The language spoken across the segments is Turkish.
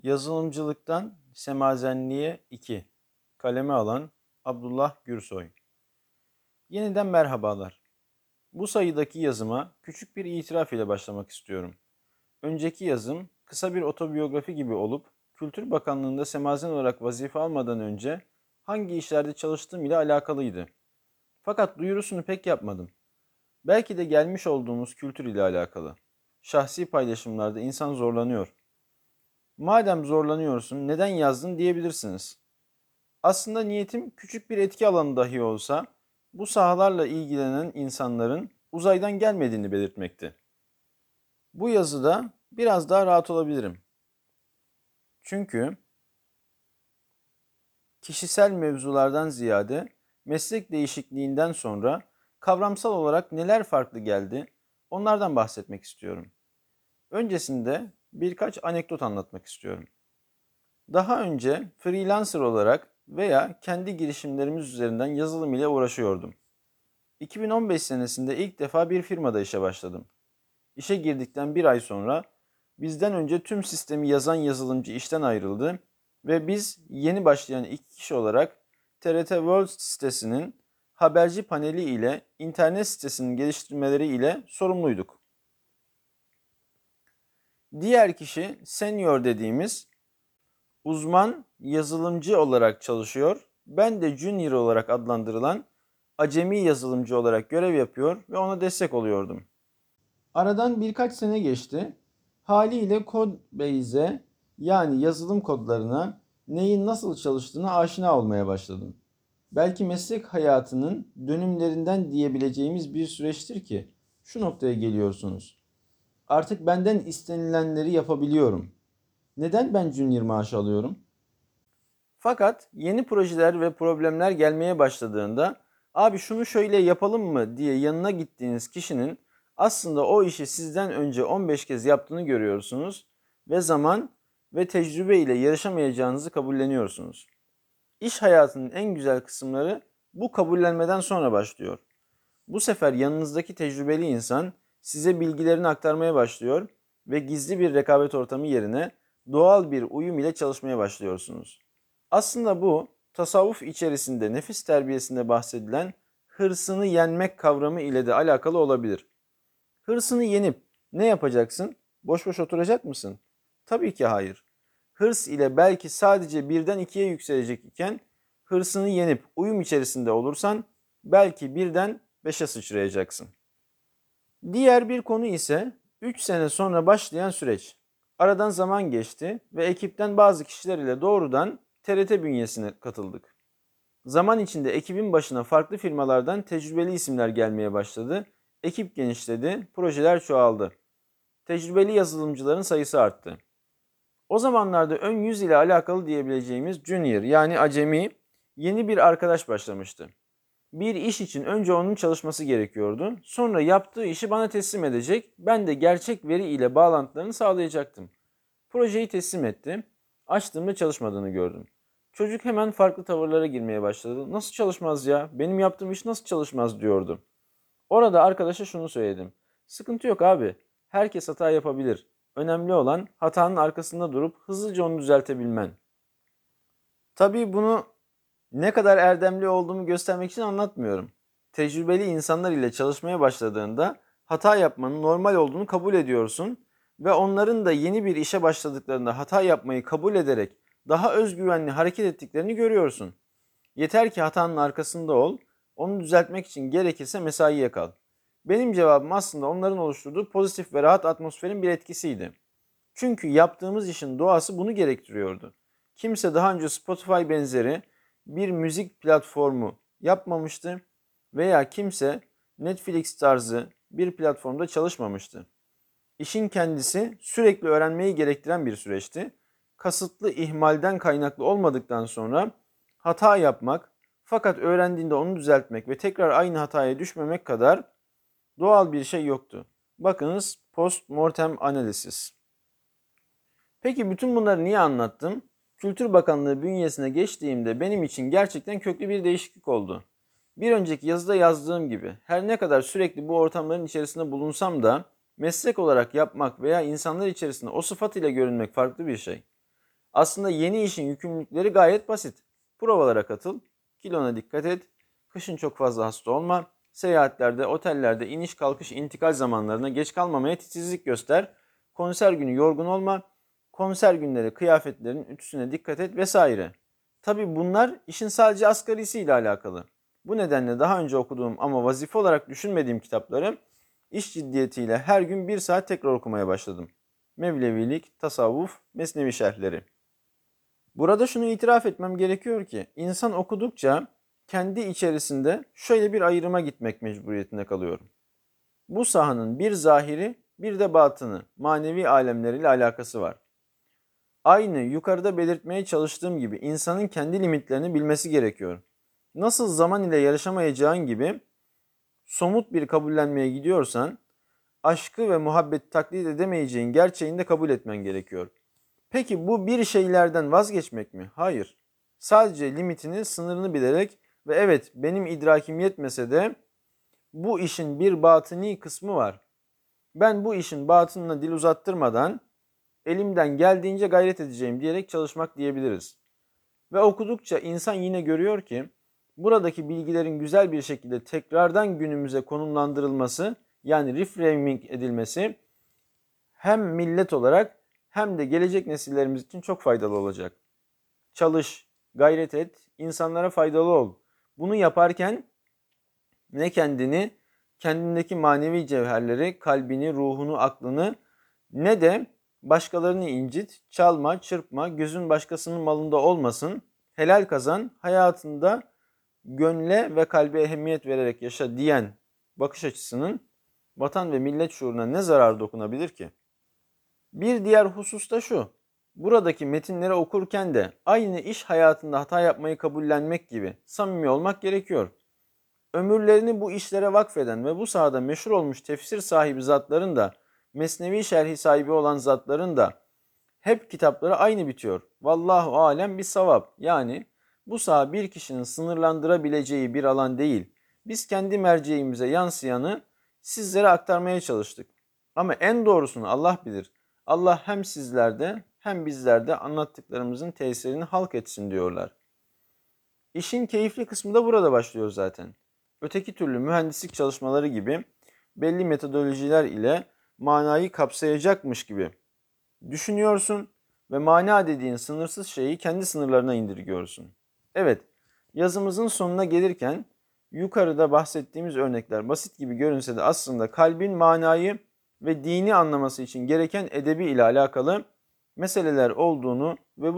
Yazılımcılıktan Semazenliğe 2. Kaleme alan Abdullah Gürsoy. Yeniden merhabalar. Bu sayıdaki yazıma küçük bir itiraf ile başlamak istiyorum. Önceki yazım kısa bir otobiyografi gibi olup Kültür Bakanlığı'nda semazen olarak vazife almadan önce hangi işlerde çalıştığım ile alakalıydı. Fakat duyurusunu pek yapmadım. Belki de gelmiş olduğumuz kültür ile alakalı. Şahsi paylaşımlarda insan zorlanıyor. Madem zorlanıyorsun, neden yazdın diyebilirsiniz. Aslında niyetim küçük bir etki alanı dahi olsa bu sahalarla ilgilenen insanların uzaydan gelmediğini belirtmekti. Bu yazıda biraz daha rahat olabilirim. Çünkü kişisel mevzulardan ziyade meslek değişikliğinden sonra kavramsal olarak neler farklı geldi, onlardan bahsetmek istiyorum. Öncesinde birkaç anekdot anlatmak istiyorum. Daha önce freelancer olarak veya kendi girişimlerimiz üzerinden yazılım ile uğraşıyordum. 2015 senesinde ilk defa bir firmada işe başladım. İşe girdikten bir ay sonra bizden önce tüm sistemi yazan yazılımcı işten ayrıldı ve biz yeni başlayan iki kişi olarak TRT World sitesinin haberci paneli ile internet sitesinin geliştirmeleri ile sorumluyduk. Diğer kişi senior dediğimiz uzman yazılımcı olarak çalışıyor. Ben de junior olarak adlandırılan acemi yazılımcı olarak görev yapıyor ve ona destek oluyordum. Aradan birkaç sene geçti. Haliyle Codebase'e yani yazılım kodlarına neyin nasıl çalıştığına aşina olmaya başladım. Belki meslek hayatının dönümlerinden diyebileceğimiz bir süreçtir ki şu noktaya geliyorsunuz. Artık benden istenilenleri yapabiliyorum. Neden ben junior maaş alıyorum? Fakat yeni projeler ve problemler gelmeye başladığında abi şunu şöyle yapalım mı diye yanına gittiğiniz kişinin aslında o işi sizden önce 15 kez yaptığını görüyorsunuz ve zaman ve tecrübe ile yarışamayacağınızı kabulleniyorsunuz. İş hayatının en güzel kısımları bu kabullenmeden sonra başlıyor. Bu sefer yanınızdaki tecrübeli insan size bilgilerini aktarmaya başlıyor ve gizli bir rekabet ortamı yerine doğal bir uyum ile çalışmaya başlıyorsunuz. Aslında bu tasavvuf içerisinde nefis terbiyesinde bahsedilen hırsını yenmek kavramı ile de alakalı olabilir. Hırsını yenip ne yapacaksın? Boş boş oturacak mısın? Tabii ki hayır. Hırs ile belki sadece birden ikiye yükselecek iken hırsını yenip uyum içerisinde olursan belki birden beşe sıçrayacaksın. Diğer bir konu ise 3 sene sonra başlayan süreç. Aradan zaman geçti ve ekipten bazı kişiler ile doğrudan TRT bünyesine katıldık. Zaman içinde ekibin başına farklı firmalardan tecrübeli isimler gelmeye başladı. Ekip genişledi, projeler çoğaldı. Tecrübeli yazılımcıların sayısı arttı. O zamanlarda ön yüz ile alakalı diyebileceğimiz junior yani acemi yeni bir arkadaş başlamıştı. Bir iş için önce onun çalışması gerekiyordu. Sonra yaptığı işi bana teslim edecek. Ben de gerçek veri ile bağlantılarını sağlayacaktım. Projeyi teslim etti. Açtığımda çalışmadığını gördüm. Çocuk hemen farklı tavırlara girmeye başladı. Nasıl çalışmaz ya? Benim yaptığım iş nasıl çalışmaz diyordu. Orada arkadaşa şunu söyledim. Sıkıntı yok abi. Herkes hata yapabilir. Önemli olan hatanın arkasında durup hızlıca onu düzeltebilmen. Tabii bunu ne kadar erdemli olduğumu göstermek için anlatmıyorum. Tecrübeli insanlar ile çalışmaya başladığında hata yapmanın normal olduğunu kabul ediyorsun ve onların da yeni bir işe başladıklarında hata yapmayı kabul ederek daha özgüvenli hareket ettiklerini görüyorsun. Yeter ki hatanın arkasında ol, onu düzeltmek için gerekirse mesaiye kal. Benim cevabım aslında onların oluşturduğu pozitif ve rahat atmosferin bir etkisiydi. Çünkü yaptığımız işin doğası bunu gerektiriyordu. Kimse daha önce Spotify benzeri bir müzik platformu yapmamıştı veya kimse Netflix tarzı bir platformda çalışmamıştı. İşin kendisi sürekli öğrenmeyi gerektiren bir süreçti. Kasıtlı ihmalden kaynaklı olmadıktan sonra hata yapmak fakat öğrendiğinde onu düzeltmek ve tekrar aynı hataya düşmemek kadar doğal bir şey yoktu. Bakınız post-mortem analysis. Peki bütün bunları niye anlattım? Kültür Bakanlığı bünyesine geçtiğimde benim için gerçekten köklü bir değişiklik oldu. Bir önceki yazıda yazdığım gibi her ne kadar sürekli bu ortamların içerisinde bulunsam da meslek olarak yapmak veya insanlar içerisinde o sıfat ile görünmek farklı bir şey. Aslında yeni işin yükümlülükleri gayet basit. Provalara katıl, kilona dikkat et, kışın çok fazla hasta olma, seyahatlerde, otellerde iniş kalkış intikal zamanlarına geç kalmamaya titizlik göster, konser günü yorgun olma, konser günleri kıyafetlerin ütüsüne dikkat et vesaire. Tabi bunlar işin sadece asgarisiyle alakalı. Bu nedenle daha önce okuduğum ama vazife olarak düşünmediğim kitapları iş ciddiyetiyle her gün 1 saat tekrar okumaya başladım. Mevlevilik, tasavvuf, mesnevi şerhleri. Burada şunu itiraf etmem gerekiyor ki insan okudukça kendi içerisinde şöyle bir ayrıma gitmek mecburiyetinde kalıyorum. Bu sahanın bir zahiri bir de batını, manevi alemleriyle alakası var. Aynı yukarıda belirtmeye çalıştığım gibi insanın kendi limitlerini bilmesi gerekiyor. Nasıl zaman ile yarışamayacağın gibi somut bir kabullenmeye gidiyorsan, aşkı ve muhabbeti taklit edemeyeceğin gerçeğini de kabul etmen gerekiyor. Peki bu bir şeylerden vazgeçmek mi? Hayır. Sadece limitini, sınırını bilerek ve evet benim idrakim yetmese de bu işin bir batıni kısmı var. Ben bu işin batınına dil uzattırmadan elimden geldiğince gayret edeceğim diyerek çalışmak diyebiliriz. Ve okudukça insan yine görüyor ki buradaki bilgilerin güzel bir şekilde tekrardan günümüze konumlandırılması yani reframing edilmesi hem millet olarak hem de gelecek nesillerimiz için çok faydalı olacak. Çalış, gayret et, insanlara faydalı ol. Bunu yaparken ne kendindeki manevi cevherleri, kalbini, ruhunu, aklını ne de başkalarını incit, çalma, çırpma, gözün başkasının malında olmasın, helal kazan, hayatında gönle ve kalbe ehemmiyet vererek yaşa diyen bakış açısının vatan ve millet şuuruna ne zarar dokunabilir ki? Bir diğer husus da şu. Buradaki metinleri okurken de aynı iş hayatında hata yapmayı kabullenmek gibi samimi olmak gerekiyor. Ömürlerini bu işlere vakfeden ve bu sahada meşhur olmuş tefsir sahibi zatların da, mesnevi şerhi sahibi olan zatların da hep kitapları aynı bitiyor. Vallahu alem bis savab. Yani bu saha bir kişinin sınırlandırabileceği bir alan değil. Biz kendi merceğimize yansıyanı sizlere aktarmaya çalıştık. Ama en doğrusunu Allah bilir. Allah hem sizlerde hem bizlerde anlattıklarımızın tesirini halk etsin diyorlar. İşin keyifli kısmı da burada başlıyor zaten. Öteki türlü mühendislik çalışmaları gibi belli metodolojiler ile manayı kapsayacakmış gibi düşünüyorsun ve mana dediğin sınırsız şeyi kendi sınırlarına indirgiyorsun. Evet, yazımızın sonuna gelirken yukarıda bahsettiğimiz örnekler basit gibi görünse de aslında kalbin manayı ve dini anlaması için gereken edebi ile alakalı meseleler olduğunu ve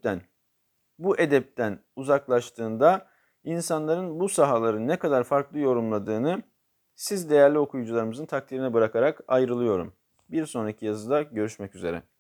bu edepten uzaklaştığında insanların bu sahaları ne kadar farklı yorumladığını siz değerli okuyucularımızın takdirine bırakarak ayrılıyorum. Bir sonraki yazıda görüşmek üzere.